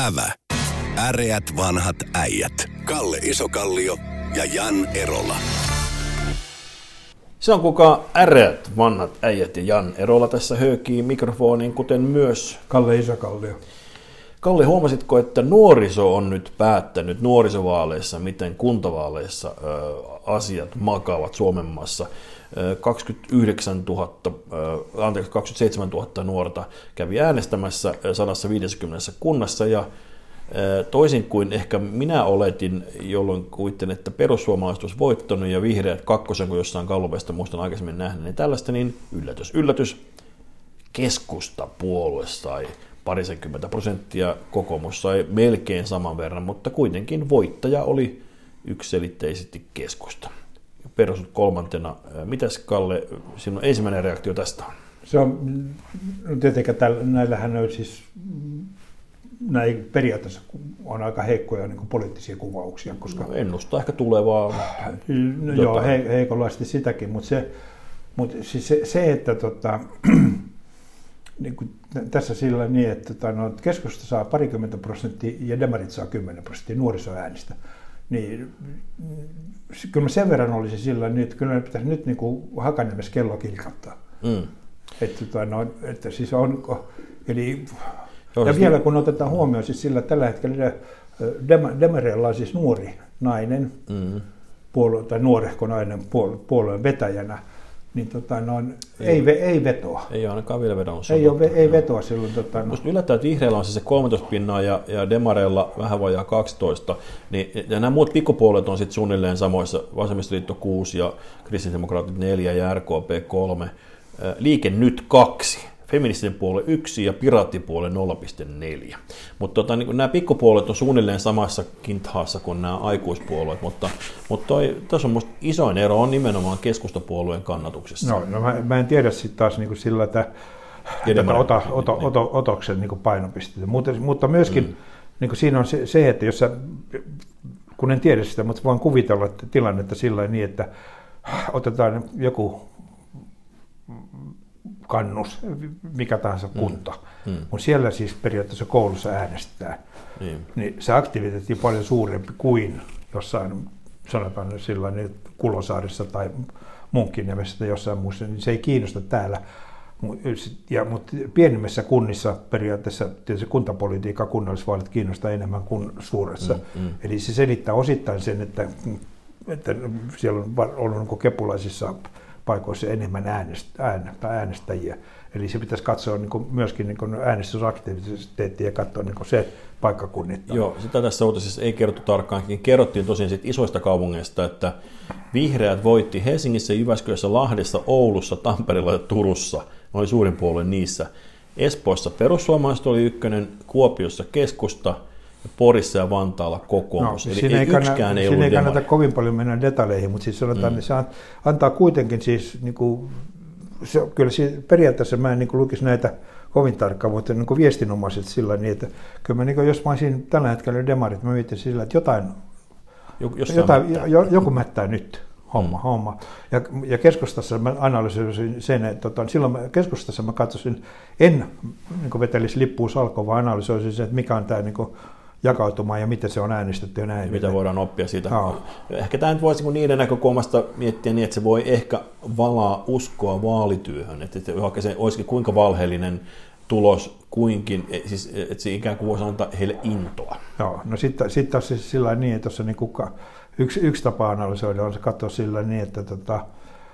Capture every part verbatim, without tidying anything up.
Ävä. Äreät vanhat äijät. Kalle Isokallio ja Jan Erola. Se on kuka äreät vanhat äijät ja Jan Erola tässä höökii mikrofoniin, kuten myös Kalle Isokallio. Kalle, huomasitko, että nuoriso on nyt päättänyt nuorisovaaleissa, miten kuntavaaleissa ö, asiat makaavat Suomen maassa? kaksikymmentäyhdeksäntuhatta, anteeksi, kaksikymmentäseitsemäntuhatta nuorta kävi äänestämässä sata viisikymmentä kunnassa ja toisin kuin ehkä minä oletin, jolloin kuvittelin, että perussuomalaiset olisi voittanut ja vihreät kakkosen, kun jossain Gallupesta muistan aikaisemmin nähnyt, niin tällaista, niin yllätys, yllätys, keskustapuolue sai parisenkymmentä prosenttia, kokoomus sai melkein saman verran, mutta kuitenkin voittaja oli yksiselitteisesti keskusta. Perusut kolmantena. Mitäs, Kalle, sinun ensimmäinen reaktio tästä on? Se on, no tietenkin tällä, näillähän on siis, näin periaatteessa on aika heikkoja niin kuin poliittisia kuvauksia. Koska, no, ennustaa ehkä tulevaa. No, joo, he, heikonlaisesti sitäkin, mutta se, mutta siis se, se että tota, niin kuin tässä sillä niin, että tota, no, keskusta saa parikymmentä prosenttia ja demarit saa kymmenen prosenttia nuorisoäänistä. Niin, kyllä mä sen verran olisi sillä niin, että kyllä pitäisi nyt niin kuin Hakaniemessä kello kilkattaa. Mm. Että, tota, no, että siis on, eli, Joo, ja siis vielä kun otetaan huomioon siis sillä, että tällä hetkellä demareilla on siis nuori nainen, mm. puolue, tai nuorehko nainen puolueen vetäjänä, niin tota, no, ei, ei, ei vetoa. Ei ole ainakaan vielä vedonnut. Ei, ole, ei vetoa silloin. Tota, no. Musta yllättää, että vihreillä on se kolmetoista pinnaa ja, ja demareilla vähän vajaa kaksitoista. Niin, ja nämä muut pikkupuolet on sitten suunnilleen samoissa. Vasemmistoliitto kuusi ja kristillisdemokraatit neljä ja R K P kolme. Liike Nyt kaksi. Feministinen puolue yksi ja piraattipuolue nolla pilkku neljä. Mutta tota, niin nämä pikkupuolet on suunnilleen samassa kinthaassa kuin nämä aikuispuolueet, mutta, mutta toi, tässä on musta isoin ero on nimenomaan keskustapuolueen kannatuksessa. No, no mä, mä en tiedä sitten taas niin kuin sillä, että tätä ota, oto, niin. oto, otoksen niin kuin painopisteitä, mutta, mutta myöskin mm. niin kuin siinä on se, se, että jos sä, kun en tiedä sitä, mutta voin kuvitella että tilannetta sillä niin, että otetaan joku kannus, mikä tahansa kunta, mm. Mm. kun siellä siis periaatteessa koulussa äänestetään, mm. niin se aktiviteetti on paljon suurempi kuin jossain, sanotaan sillä niin Kulosaarissa tai Munkkiniemessä tai jossain muussa, niin se ei kiinnosta täällä. Ja, mutta pienimmissä kunnissa periaatteessa tietysti kuntapolitiikka, kunnallisvaalit kiinnostaa enemmän kuin suuressa. Mm. Mm. Eli se selittää osittain sen, että, että siellä on ollut kepulaisissa paikoissa enemmän äänestäjiä. Eli se pitäisi katsoa niin kuin myöskin niin kuin äänestysaktiviteettia ja katsoa niin kuin se paikkakunnittain. Joo, sitä tässä uutisessa ei kerrottu tarkkaankin. Kerrottiin tosiaan siitä isoista kaupungeista, että vihreät voitti Helsingissä, Jyväskylässä, Lahdessa, Oulussa, Tampereella ja Turussa. Ne oli suurin puolue niissä. Espoossa perussuomalaiset oli ykkönen, Kuopiossa keskusta, ja Porissa ja Vantaalla kokoomus. No, eli siinä ei, ei, kannata, yksikään ei siinä ollut ei kannata demari. kovin paljon mennä detaljeihin, mutta siis sanotaan, mm. että se antaa kuitenkin siis, niin kuin, se, kyllä siis periaatteessa mä en niin kuin lukisi näitä kovin tarkkaan, mutta niin kuin viestinomaiset sillä niin, että kyllä mä, niin kuin, jos mä olisin tällä hetkellä demarit, mä mietin sillä, että jotain, jotain jo, joku mättää nyt. Homma, mm. homma. Ja, ja keskustassa mä analysoisin sen, että tota, silloin mä, keskustassa mä katsoisin, en niin vetelisi lippuun salkoon, vaan analysoisin sen, että mikä on tämä niin jakautuma ja miten se on äänestetty ja näin. Mitä voidaan oppia siitä. No. Ehkä tämä nyt voisi niiden näkökulmasta miettiä niin, että se voi ehkä valaa uskoa vaalityöhön, että, että vaikka se olisikin kuinka valheellinen tulos, kuinkin, siis, että se ikään kuin voisi antaa heille intoa. Joo, no sitten sit taas siis sillä niin, että tuossa niin kuka, yksi, yksi tapa analysoida on se katsoa sillä niin, että tota,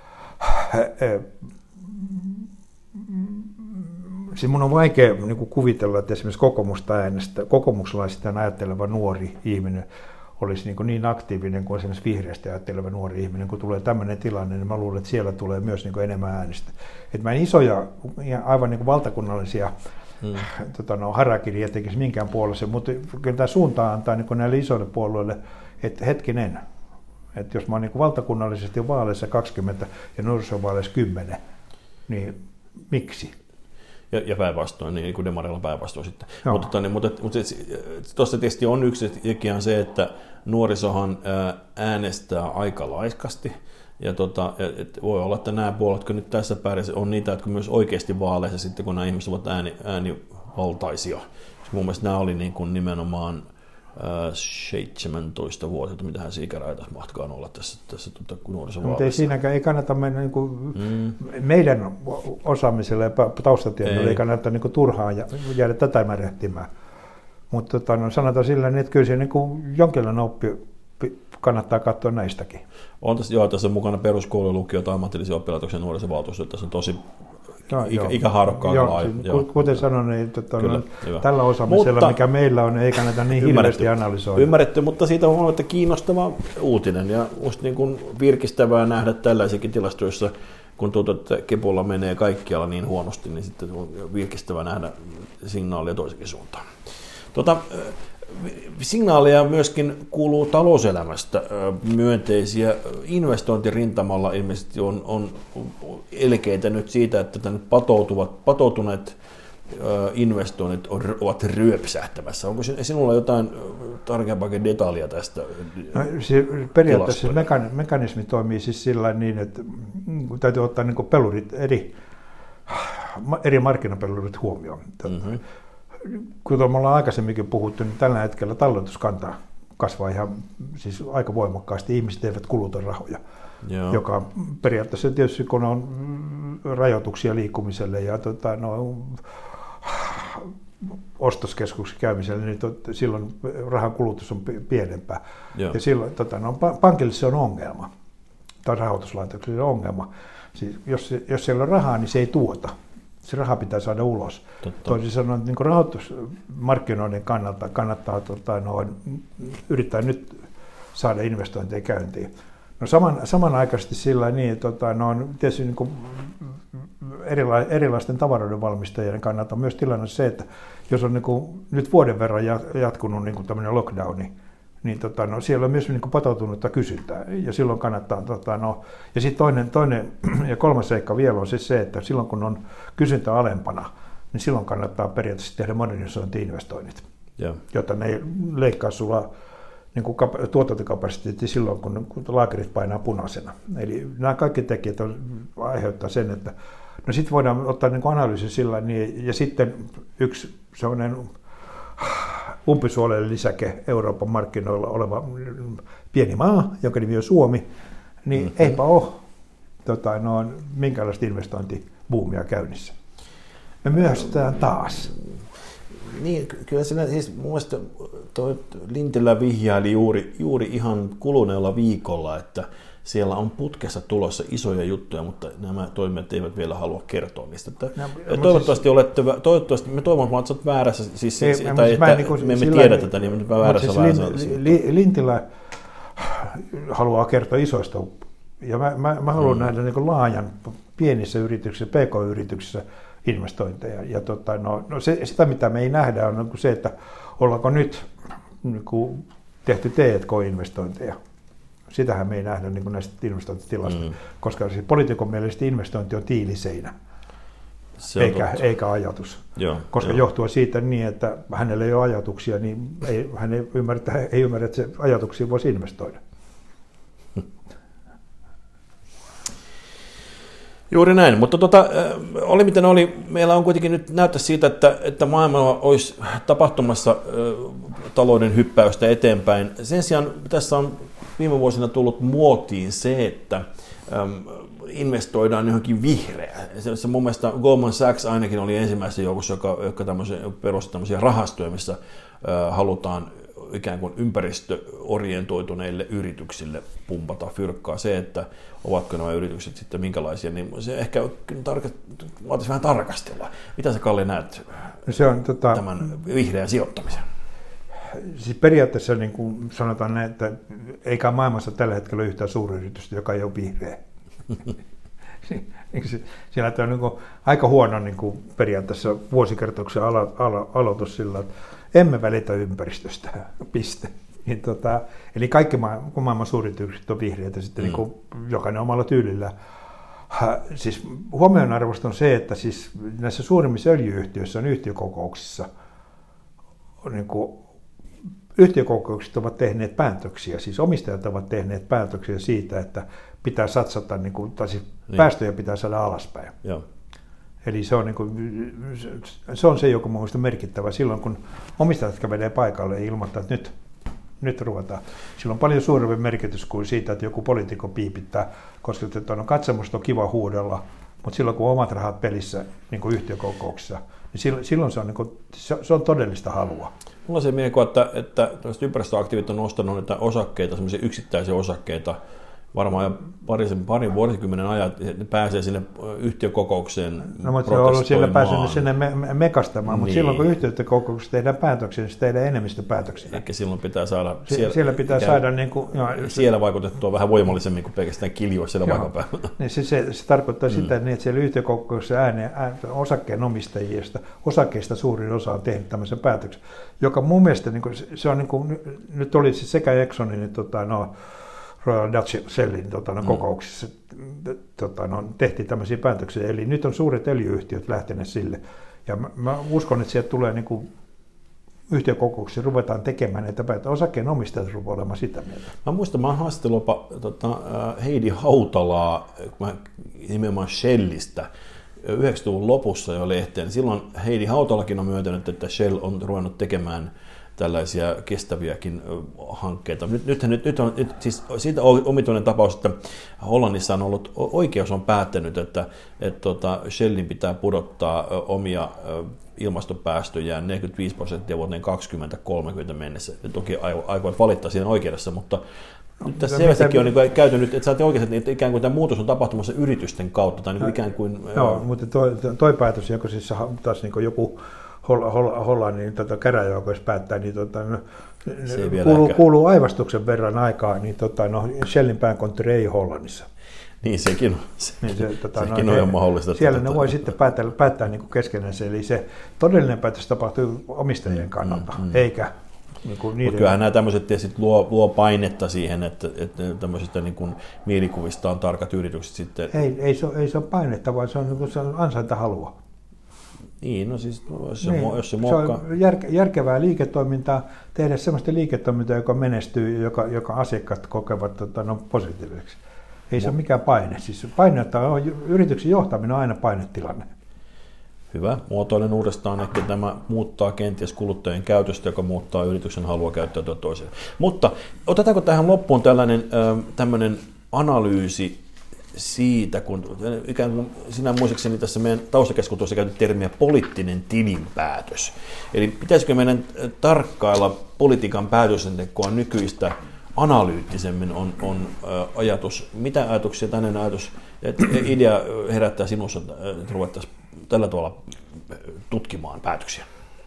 siis mun on vaikea niin kuin kuvitella, että esimerkiksi kokoomusta äänestä, kokoomuslaisista ajatteleva nuori ihminen olisi niin, niin aktiivinen kuin esimerkiksi vihreästi ajatteleva nuori ihminen. Kun tulee tämmöinen tilanne, niin mä luulen, että siellä tulee myös niin kuin enemmän äänestä. Että mä en isoja, aivan niin kuin valtakunnallisia hmm. tota, no, harakiri tekisi minkään puolella, mutta kyllä tämä suunta antaa niin kuin näille isoille puolueille, että hetkinen, että jos mä oon niin kuin valtakunnallisesti vaaleissa kaksikymmentä ja nuorisovaaleissa kymmenen, niin miksi? Ja, ja päinvastoin, niin kuin demareilla päinvastoin sitten. Joo. Mutta, niin, mutta, mutta tuossa tietysti on yksi tekijä se, että nuorisohan äänestää aika laiskasti. Ja tota, et voi olla, että nämä puolet, kun nyt tässä pärjässä, on niitä, jotka myös oikeasti vaaleissa sitten, kun nämä ihmiset ovat ääni, äänivaltaisia. Mun mielestä nämä oli niin kuin nimenomaan seitsemäntoista vuotta, mitähän se ikäraja mahtakaan olla tässä, tässä tuota, nuorisovaaleissa. Mutta ei siinäkään, ei kannata mennä niin kuin mm. meidän osaamiselle ja taustatiedolle, ei. ei kannata niin kuin turhaan jäädä tätä märehtimään. Mutta tota, no, sanotaan sillä, että kyllä se niin kuin jonkinlainen oppi kannattaa katsoa näistäkin. On tässä, joo, tässä on mukana peruskoulu, lukio tai ammatillisen oppilaitoksen nuorisovaltuusto, tässä on tosi no, ikä, ikähaarukka aika laaja. Kuten sanoin, niin, tota, kyllä, no, tällä osaamisella, mutta, mikä meillä on, ei kannata niin hirveästi analysoida. Ymmärretty, mutta siitä on huomattavasti kiinnostava uutinen ja musta niin kuin virkistävää nähdä tällaisiakin tilastoissa, kun tuota, että kepulla menee kaikkialla niin huonosti, niin sitten on virkistävää nähdä signaalia toisenkin suuntaan. Tuota, signaaleja myöskin kuuluu talouselämästä. Myönteisiä investointirintamalla ilmeisesti on, on elkeitä nyt siitä, että tänne patoutuvat, patoutuneet investoinnit ovat ryöpsähtämässä. Onko sinulla jotain tarkempaakin detaljia tästä? No, se, periaatteessa mekanismi, mekanismi toimii siis sillä niin, että täytyy ottaa niin kuin pelurit, eri, eri markkinapelurit huomioon. Mm-hmm. Kuten me ollaan aikaisemminkin puhuttu, niin tällä hetkellä talletuskanta kasvaa ihan siis aika voimakkaasti. Ihmiset eivät kuluta rahoja, Joo. joka periaatteessa tietysti kun on rajoituksia liikkumiselle ja tota, no, ostoskeskuksessa käymiselle, niin tot, silloin rahan kulutus on pienempää. Joo. Ja silloin tota, no, pankille se on ongelma, tai rahoituslaitokselle on ongelma. Siis, jos, jos siellä on rahaa, niin se ei tuota. Se raha pitää saada ulos. Totta. Toisin sanoen, että niin rahoitusmarkkinoiden kannalta kannattaa tota, noin, yrittää nyt saada investointeja käyntiin. No saman, samanaikaisesti sillä niin, että tota, no, tietysti niin kuin erila, erilaisten tavaroiden valmistajien kannalta on myös tilanne se, että jos on niin kuin, nyt vuoden verran jatkunut niin kuin tämmöinen lockdowni, niin tota, no, siellä on myös niin kuin patoutunutta kysyntää, ja silloin kannattaa, tota, no, ja sitten toinen, toinen ja kolmas seikka vielä on siis se, että silloin kun on kysyntä alempana, niin silloin kannattaa periaatteessa tehdä modernisointi-investoinnit, yeah. jotta ne ei leikkaa sulla niin kuin tuotantokapasiteetti silloin, kun, kun laakerit painaa punaisena. Eli nämä kaikki tekijät on, aiheuttaa sen, että no sitten voidaan ottaa niin kuin analyysi sillä niin, ja sitten yksi sellainen umpisuolelle lisäke Euroopan markkinoilla oleva pieni maa, jonka nimi on Suomi, niin mm-hmm. eipä ole tota, no, minkäänlaista investointibuumia käynnissä. Me myöhästytään taas. Niin, kyllä siinä, siis mun mielestä toi Lintilä vihjaili juuri, juuri ihan kuluneella viikolla, että siellä on putkessa tulossa isoja juttuja, mutta nämä toimijat eivät vielä halua kertoa niistä. Että no, toivottavasti siis, olette, toivottavasti, me toivon, että olet väärässä, siis, ei, tai siis että niin me emme tiedä niin, tätä, niin me väärässä siis väärässä. Li, Lintilä haluaa kertoa isoista, ja mä, mä, mä haluan mm. nähdä niin laajan pienissä yrityksissä, P K-yrityksissä investointeja. Ja tota, no, no se, sitä, mitä me ei nähdä, on se, että ollaanko nyt niin kuin tehty T and K-investointeja. Sitähän me ei nähdä niin kuin näistä investointitilastoista, mm. koska siis poliitikon mielestä investointi on tiiliseinä, eikä, eikä ajatus. Joo, koska jo. johtuu siitä niin, että hänellä ei ole ajatuksia, niin ei, hän ei ymmärrä, ei ymmärrä, että se ajatuksia voisi investoida. Juuri näin, mutta tota, oli miten oli, meillä on kuitenkin nyt näyttää siitä, että, että maailmalla olisi tapahtumassa talouden hyppäystä eteenpäin. Sen sijaan tässä on viime vuosina tullut muotiin se, että investoidaan johonkin vihreään. Se, se mun mielestä Goldman Sachs ainakin oli ensimmäisessä joukossa, joka, joka perusti tämmöisiä rahastoja, missä halutaan ikään kuin ympäristöorientoituneille yrityksille pumpata fyrkkaa. Se, että ovatko nämä yritykset sitten minkälaisia, niin se ehkä tarka, vaatisi vähän tarkastella. Mitä sä, Kalle, näet se on, tota, tämän vihreän sijoittamisen? Siis periaatteessa niin kuin sanotaan näin, että eikä maailmassa tällä hetkellä ole yhtään suuryritystä, joka ei ole vihreä. Siellä on niin kuin aika huono niin kuin periaatteessa vuosikertoksen alo- alo- aloitus sillä, että emme välitä ympäristöstä, piste. Niin tota, eli kaikki maailman, maailman suuryritykset on vihreitä, sitten mm. niin kuin jokainen omalla tyylillä. Ha, siis huomionarvoista on se, että siis näissä suurimmissa öljy-yhtiöissä on yhtiökokouksissa, niin kuin, yhtiökokoukset ovat tehneet päätöksiä, siis omistajat ovat tehneet päätöksiä siitä, että pitää satsata, niin kuin, tai siis niin. päästöjä pitää saada alaspäin. Joo. Eli se on, niin kuin, se on se, joka on mielestäni merkittävä silloin, kun omistajat kävelee paikalle ja ilmoittaa, että nyt, nyt ruvetaan. Sillä on paljon suurempi merkitys kuin siitä, että joku poliitikko piipittää, koska on katsomusta on kiva huudella, mutta silloin kun on omat rahat pelissä niin kuin yhtiökokouksissa, niin silloin se on, niin kuin, se on todellista halua. Mulla on se mielikuva, että, että ympäristöaktiivit on ostanut näitä osakkeita, semmoisia yksittäisiä osakkeita, varmaan jo parin, parin vuosikymmenen ajan, ne pääsee sinne yhtiökokoukseen no, mutta se on ollut siellä päässyt sinne me, me, mekastamaan, niin. Mutta silloin kun yhtiökokouksessa tehdään päätöksiä, niin se tehdään enemmistöpäätöksiä. Ehkä silloin pitää saada... Sie, siellä, siellä pitää saada... Niin kuin, no, siellä vaikutettua vähän voimallisemmin kuin pelkästään kiljua siellä paikan päällä. Niin se, se, se tarkoittaa mm. sitä, että, niin, että siellä yhtiökokouksessa ääneen, ään, osakkeenomistajista, osakkeista suurin osa on tehnyt tämmöisen päätöksen, joka mun mielestä niin kuin, se on niin kuin, nyt oli siis sekä Exxonin, niin tota, no, Royal Dutch Shellin tota, no, kokouksissa tota, no, tehtiin tämmöisiä päätöksiä. Eli nyt on suuret öljy-yhtiöt lähteneet sille. Ja mä, mä uskon, että sieltä tulee niin kuin, yhtiökokouksissa ruvetaan tekemään näitä päätöksiä. Osakkeenomistajat rupeaa olemaan sitä mieltä. Mä muistan, mä haastattelin jopa tota, Heidi Hautalaa nimenomaan Shellistä yhdeksänkymmentäluvun lopussa jo lehteen. Silloin Heidi Hautalakin on myöntänyt, että Shell on ruvennut tekemään tällaisia kestäviäkin hankkeita. Nyt, nythän, nyt, nyt on nyt, siis siitä omituinen tapaus, että Hollannissa on ollut, oikeus on päättänyt, että, että tota, Shellin pitää pudottaa omia ilmastopäästöjään neljäkymmentäviisi prosenttia vuoteen kaksituhattakolmekymmentä mennessä. Ja toki aikoit valittaa siinä oikeudessa, mutta nyt tässä selvästikin on niin käyty nyt, että saatte oikeasti, että ikään kuin tämä muutos on tapahtumassa yritysten kautta. Tai niin ikään kuin, joo, mutta toi, toi päätös, joka siis taas niin joku Hollannin tota, käräjäoikeus päättää, niin tota, no, kuuluu, kuuluu aivastuksen verran aikaa, niin tota, no, Shellin pääkonttori ei Hollannissa. Niin sekin on, se, niin se, tota, sekin no, on ihan mahdollista. Siellä tota, ne voi sitten päättää, päättää niin keskenään, eli se todellinen päätös tapahtuu omistajien kannalta, mm, mm. eikä niin kuin niiden... Kyllähän nämä tämmöiset tietysti luo, luo painetta siihen, että, että tämmöisistä niin kuin mielikuvista on tarkat yritykset sitten... Ei, ei, se, ei se ole painetta, vaan se on, niin kuin, se on ansaintahalua. Niin, no siis jos se, niin, jos se, se on järkevää liiketoimintaa, tehdä sellaista liiketoimintaa, joka menestyy, joka, joka asiakkaat kokevat tota, no, positiiviseksi. Ei se ole mikään paine. Siis paine, että on, yrityksen johtaminen on aina painetilanne. Hyvä. Muotoilen uudestaan, että tämä muuttaa kenties kuluttajien käytöstä, joka muuttaa yrityksen halua käyttäytyä toiseen. Mutta otetaanko tähän loppuun tällainen äh, tämmöinen analyysi siitä, kun ikään kuin sinä muistaakseni tässä meidän taustakeskustelussa käytetty termiä poliittinen tilinpäätös. Eli pitäisikö meidän tarkkailla politiikan päätöksentekoa nykyistä analyyttisemmin on, on ä, ajatus. Mitä ajatuksia tänään ajatus, että idea herättää sinussa, että ruvettaisiin tällä tavalla tutkimaan päätöksiä?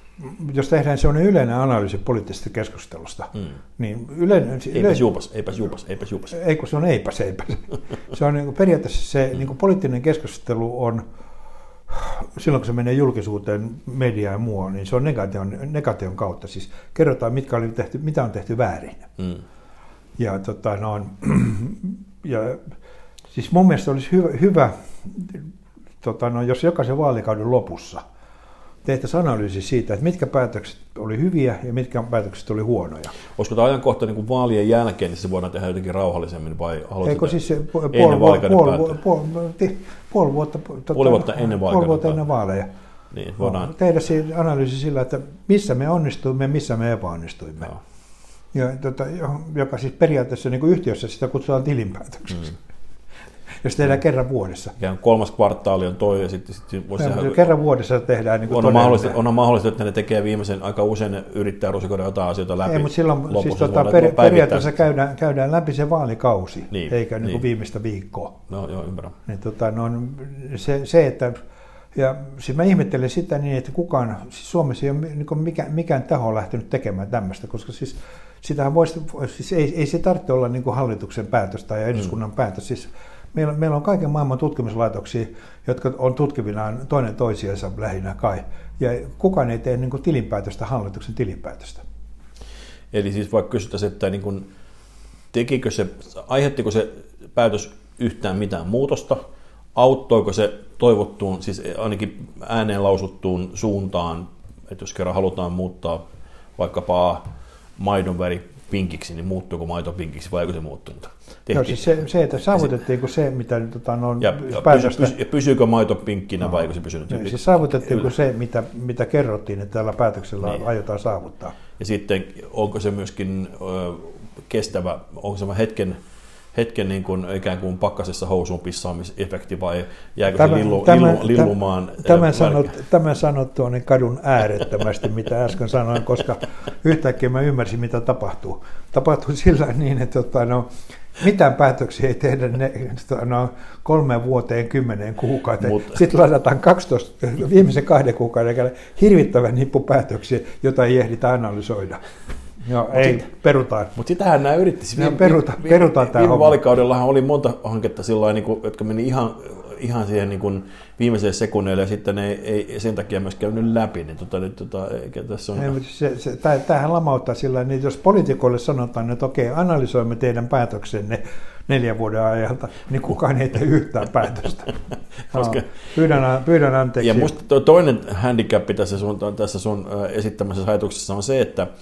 Jos tehdään sellainen yleinen analyysi poliittisesta keskustelusta, mm. niin yleinen... Eipäs yleinen, juupas, eipäs juupas, eipäs juupas. Ei kun se on eipäs, eipäs. Se on niin kuin periaatteessa se niin kuin poliittinen keskustelu on, silloin kun se menee julkisuuteen, mediaan ja muualle, niin se on negation, negation kautta. Siis kerrotaan, mitkä oli tehty, mitä on tehty väärin. Mm. Ja, tota, no, ja siis mun mielestä olisi hyvä, hyvä tota, no, jos jokaisen vaalikauden lopussa tehtäisiin analyysi siitä, että mitkä päätökset oli hyviä ja mitkä päätökset oli huonoja. Olisiko tämä ajankohta niin kuin vaalien jälkeen, niin se voidaan tehdä jotenkin rauhallisemmin, vai haluaisitko siis se puol, ennen vaalikauden puol, puol, puol, puol vuotta, tota, puoli vuotta ennen puoli vuotta ennen vaaleja. Niin, voidaan... Tehdä siinä analyysi sillä, että missä me onnistuimme ja missä me epäonnistuimme. No. Ja, tota, joka siis periaatteessa niin kuin yhtiössä sitä kutsutaan tilinpäätökseksi. Mm. Jos tehdään mm. kerran vuodessa. Ja kolmas kvartaali on toi ja sitten... sitten voisi tehdä... Kerran vuodessa tehdään niin kuin on mahdollista, on mahdollista, että ne tekee viimeisen aika usein yrittää rusikoida jotain asioita läpi. Ei, mutta silloin siis tota, per, periaatteessa käydään, käydään läpi se vaalikausi, niin, eikä niin. Niin viimeistä viikkoa. No joo, ymmärrän. Niin, tota, no, se, se, että... Ja siis mä ihmettelen sitä niin, että kukaan, siis Suomessa ei ole niin mikään, mikään taho lähtenyt tekemään tämmöistä, koska siis sitähän voisi, siis ei, ei se tarvitse olla niin kuin hallituksen päätös tai eduskunnan mm. päätös. Siis meillä, meillä on kaiken maailman tutkimuslaitoksia, jotka on tutkivinaan toinen toisiansa lähinnä kai, ja kukaan ei tee niin kuin tilinpäätöstä, hallituksen tilinpäätöstä. Eli siis vaikka kysyttäisiin, että niin kuin, tekikö se, aiheuttiko se päätös yhtään mitään muutosta, auttoiko se toivottuun, siis ainakin ääneen lausuttuun suuntaan, että jos kerran halutaan muuttaa vaikkapa maidon väri pinkiksi, niin muuttuuko maito pinkiksi vai eikö se muuttunut? No siis se, se, että saavutettiinko se, mitä tota, on ja, päätöstä... Ja pysyykö maito pinkkinä no. vai eikö se pysynyt? No, siis saavutettiinko se, mitä, mitä kerrottiin, että tällä päätöksellä niin. aiotaan saavuttaa? Ja sitten onko se myöskin ö, kestävä, onko se hetken, hetken niin kuin, ikään kuin pakkasessa housuun pissaamisefekti vai jääkö tämä, se lillu, tämä, lillu, lillumaan? Tämän, sanot, tämän sanottua niin kadun äärettömästi, mitä äsken sanoin, koska yhtäkkiä mä ymmärsin, mitä tapahtuu. Tapahtuu sillä niin, että tota, no, mitään päätöksiä ei tehdä ne, no, kolmeen vuoteen, kymmeneen kuukauteen. Mutta sitten ladataan kaksitoista, viimeisen kahden kuukauden hirvittävän nippu päätöksiä, jota ei ehditä analysoida. Joo, mut ei, sit, perutaan. Mutta sitähän nämä yritti. Viime, peruta, perutaan viime, viime vaalikaudellahan oli monta hanketta sillain, niin kuin, jotka meni ihan, ihan siihen niin kuin viimeiseen sekunneille ja sitten ne ei, ei sen takia myös käynyt läpi. Niin tota, niin, tota, eikä tässä on... ei, se, se, tämähän lamauttaa sillä, niin jos poliitikoille sanotaan, että okei, analysoimme teidän päätöksenne neljän vuoden ajalta, niin kukaan ei tee yhtään päätöstä. Koska... no, pyydän, pyydän anteeksi. Ja musta toinen handicap tässä sun, tässä sun esittämässä ajatuksessa on se, että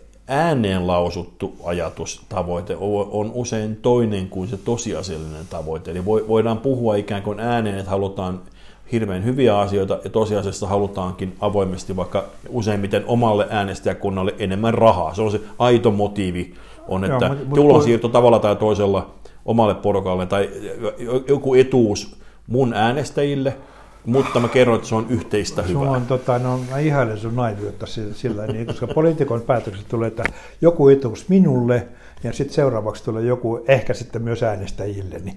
ääneen lausuttu ajatus, tavoite on usein toinen kuin se tosiasiallinen tavoite. Eli voidaan puhua ikään kuin ääneen, että halutaan hirveän hyviä asioita ja tosiasiassa halutaankin avoimesti vaikka useimmiten omalle äänestäjäkunnalle enemmän rahaa. Se on se aito motiivi, on, että Joo, mutta, tulonsiirto mutta... tavalla tai toisella omalle porukalle tai joku etuus mun äänestäjille, mutta mä kerron, että se on yhteistä hyvää. On, tota, no, mä ihailen sun naiviutta sillä niin, koska poliitikon päätökset tulee, että joku etuus minulle ja sitten seuraavaksi tulee joku ehkä sitten myös äänestäjilleni.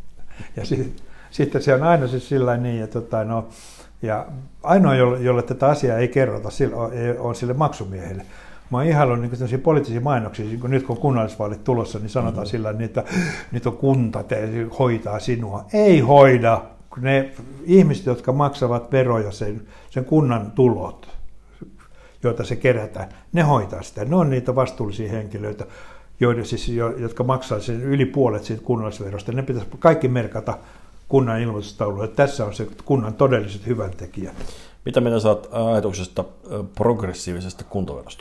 Ja sitten sit se on aina siis sillä niin, että tota, no, ja ainoa, jolle, jolle tätä asiaa ei kerrota, on sille maksumiehelle. Mä oon ihaillut niin tämmöisiä poliittisia mainoksia, niin kun nyt kun kunnallisvaalit tulossa, niin sanotaan mm-hmm. sillä niin, että nyt on kunta, te hoitaa sinua. Ei hoida. Ne ihmiset, jotka maksavat veroja, sen, sen kunnan tulot, joita se kerätään, ne hoitaa sitä. Ne on niitä vastuullisia henkilöitä, joiden siis, jotka maksaa sen yli puolet siitä kunnallisverosta. Ne pitäisi kaikki merkata kunnan ilmoitustauluun, että tässä on se kunnan todelliset hyväntekijät. Mitä mieltä saat ajatuksesta progressiivisesta kuntaverosta?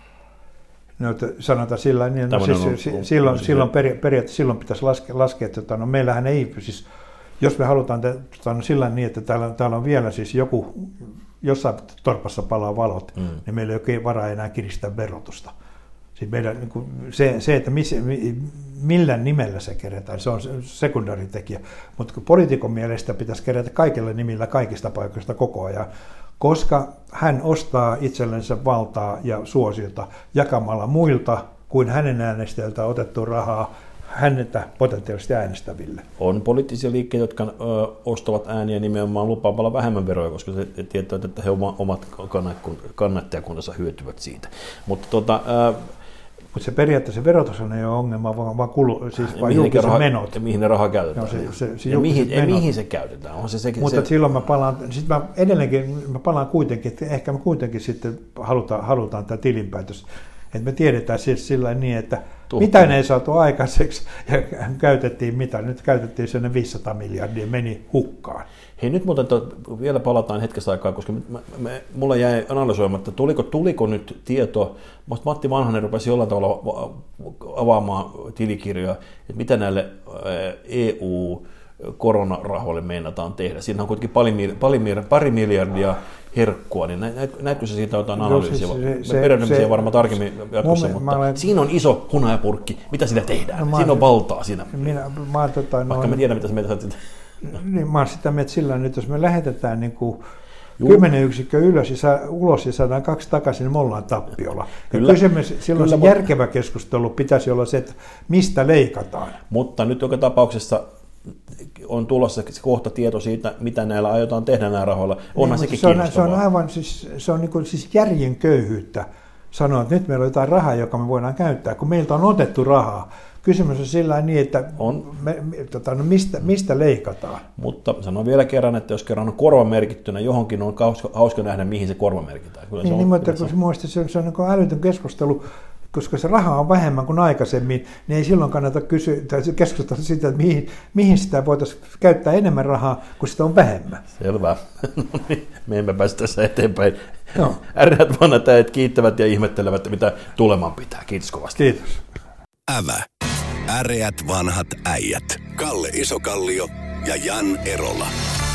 No, sanotaan sillä niin, no, siis, on, silloin, silloin, silloin periaatteessa silloin pitäisi laskea, laskea että no, meillähän ei siis... Jos me halutaan sanoa sillä niin, että täällä, täällä on vielä siis joku, jossain torpassa palaa valot, mm. niin meillä ei ole varaa enää kiristää verotusta. Siis meidän, niin kuin se, se, että miss, millä nimellä se kerätään, se on sekundaaritekijä. Mutta poliitikon mielestä pitäisi kerätä kaikilla nimillä kaikista paikoista koko ajan, koska hän ostaa itsellensä valtaa ja suosiota jakamalla muilta kuin hänen äänestäjältä otettua rahaa häneltä potentiaalisesti äänestäville. On poliittisia liikkeitä, jotka ö, ostavat ääniä nimenomaan lupaamalla vähemmän veroja, koska se tietää, että he omat kannattajakuntansa hyötyvät siitä. Mutta tota, Mutta se periaatteessa verotus ei ole ongelma, vaan, vaan, kulu, siis vaan julkiset raha, menot. Ja mihin ne raha käytetään. No, se, se, se ja mihin, ja mihin se käytetään. On se, se, Mutta se, silloin mä palaan, sit mä edelleenkin mä palaan kuitenkin, että ehkä me kuitenkin sitten halutaan, halutaan tämä tilinpäätös. Että me tiedetään siis sillä niin, että Tuhti. mitään ei saatu aikaiseksi ja käytettiin mitä? Nyt käytettiin sen viisisataa miljardia, meni hukkaan. Hei, nyt muuten to, vielä palataan hetkessä aikaa, koska me, me, mulla jäi analysoimatta, tuliko, tuliko nyt tieto, Matti Vanhanen rupesi jollain tavalla avaamaan tilikirjoja, että mitä näille E U-koronarahoille meinataan tehdä. Siinä on kuitenkin pari, pari, pari miljardia herkkua, niin näetkö se siitä jotain analyysiä? No, siis me perehdymme siihen varmaan tarkemmin jatkossa, mutta olen... siinä on iso hunajapurkki. Mitä sillä tehdään? No, siinä on valtaa siinä. Minä, mä, tota, Vaikka noin... me tiedämme, mitä se meitä saat. Niin, mä oon sitä mieltä sillä tavalla, että jos me lähetetään niin kuin kymmenen yksikköä ylös ja saa, ulos ja saadaan kaksi takaisin, niin me ollaan tappiolla. Kyllä. Kysymys, silloin Kyllä, se järkevä keskustelu pitäisi olla se, että mistä leikataan. Mutta nyt joka tapauksessa on tulossa kohta tieto siitä, mitä näillä aiotaan tehdä näillä rahoilla. Onhan niin, sekin se on, se on aivan siis, se on niin kuin, siis järjen köyhyyttä sanoa, että nyt meillä on jotain rahaa, joka me voidaan käyttää, kun meiltä on otettu rahaa. Kysymys on sillä niin, että on. Me, me, tota, no mistä, mistä leikataan? Mutta sanon vielä kerran, että jos kerran on korva merkittynä johonkin, on hauska, hauska nähdä, mihin se korva merkitään. Kyllä niin, se on, niin mutta kun se, se on, se on niin älytön keskustelu, koska se raha on vähemmän kuin aikaisemmin, niin ei silloin kannata kysyä, tai keskustella siitä, että mihin, mihin sitä voitaisiin käyttää enemmän rahaa, kun sitä on vähemmän. Selvä. No niin, me emme pääse tässä eteenpäin. No. Äreät vanhat äijät kiittävät ja ihmettelevät, mitä tuleman pitää. Kiitos kovasti. Kiitos. Ävä. Äreät vanhat äijät. Kalle Isokallio ja Jan Erola.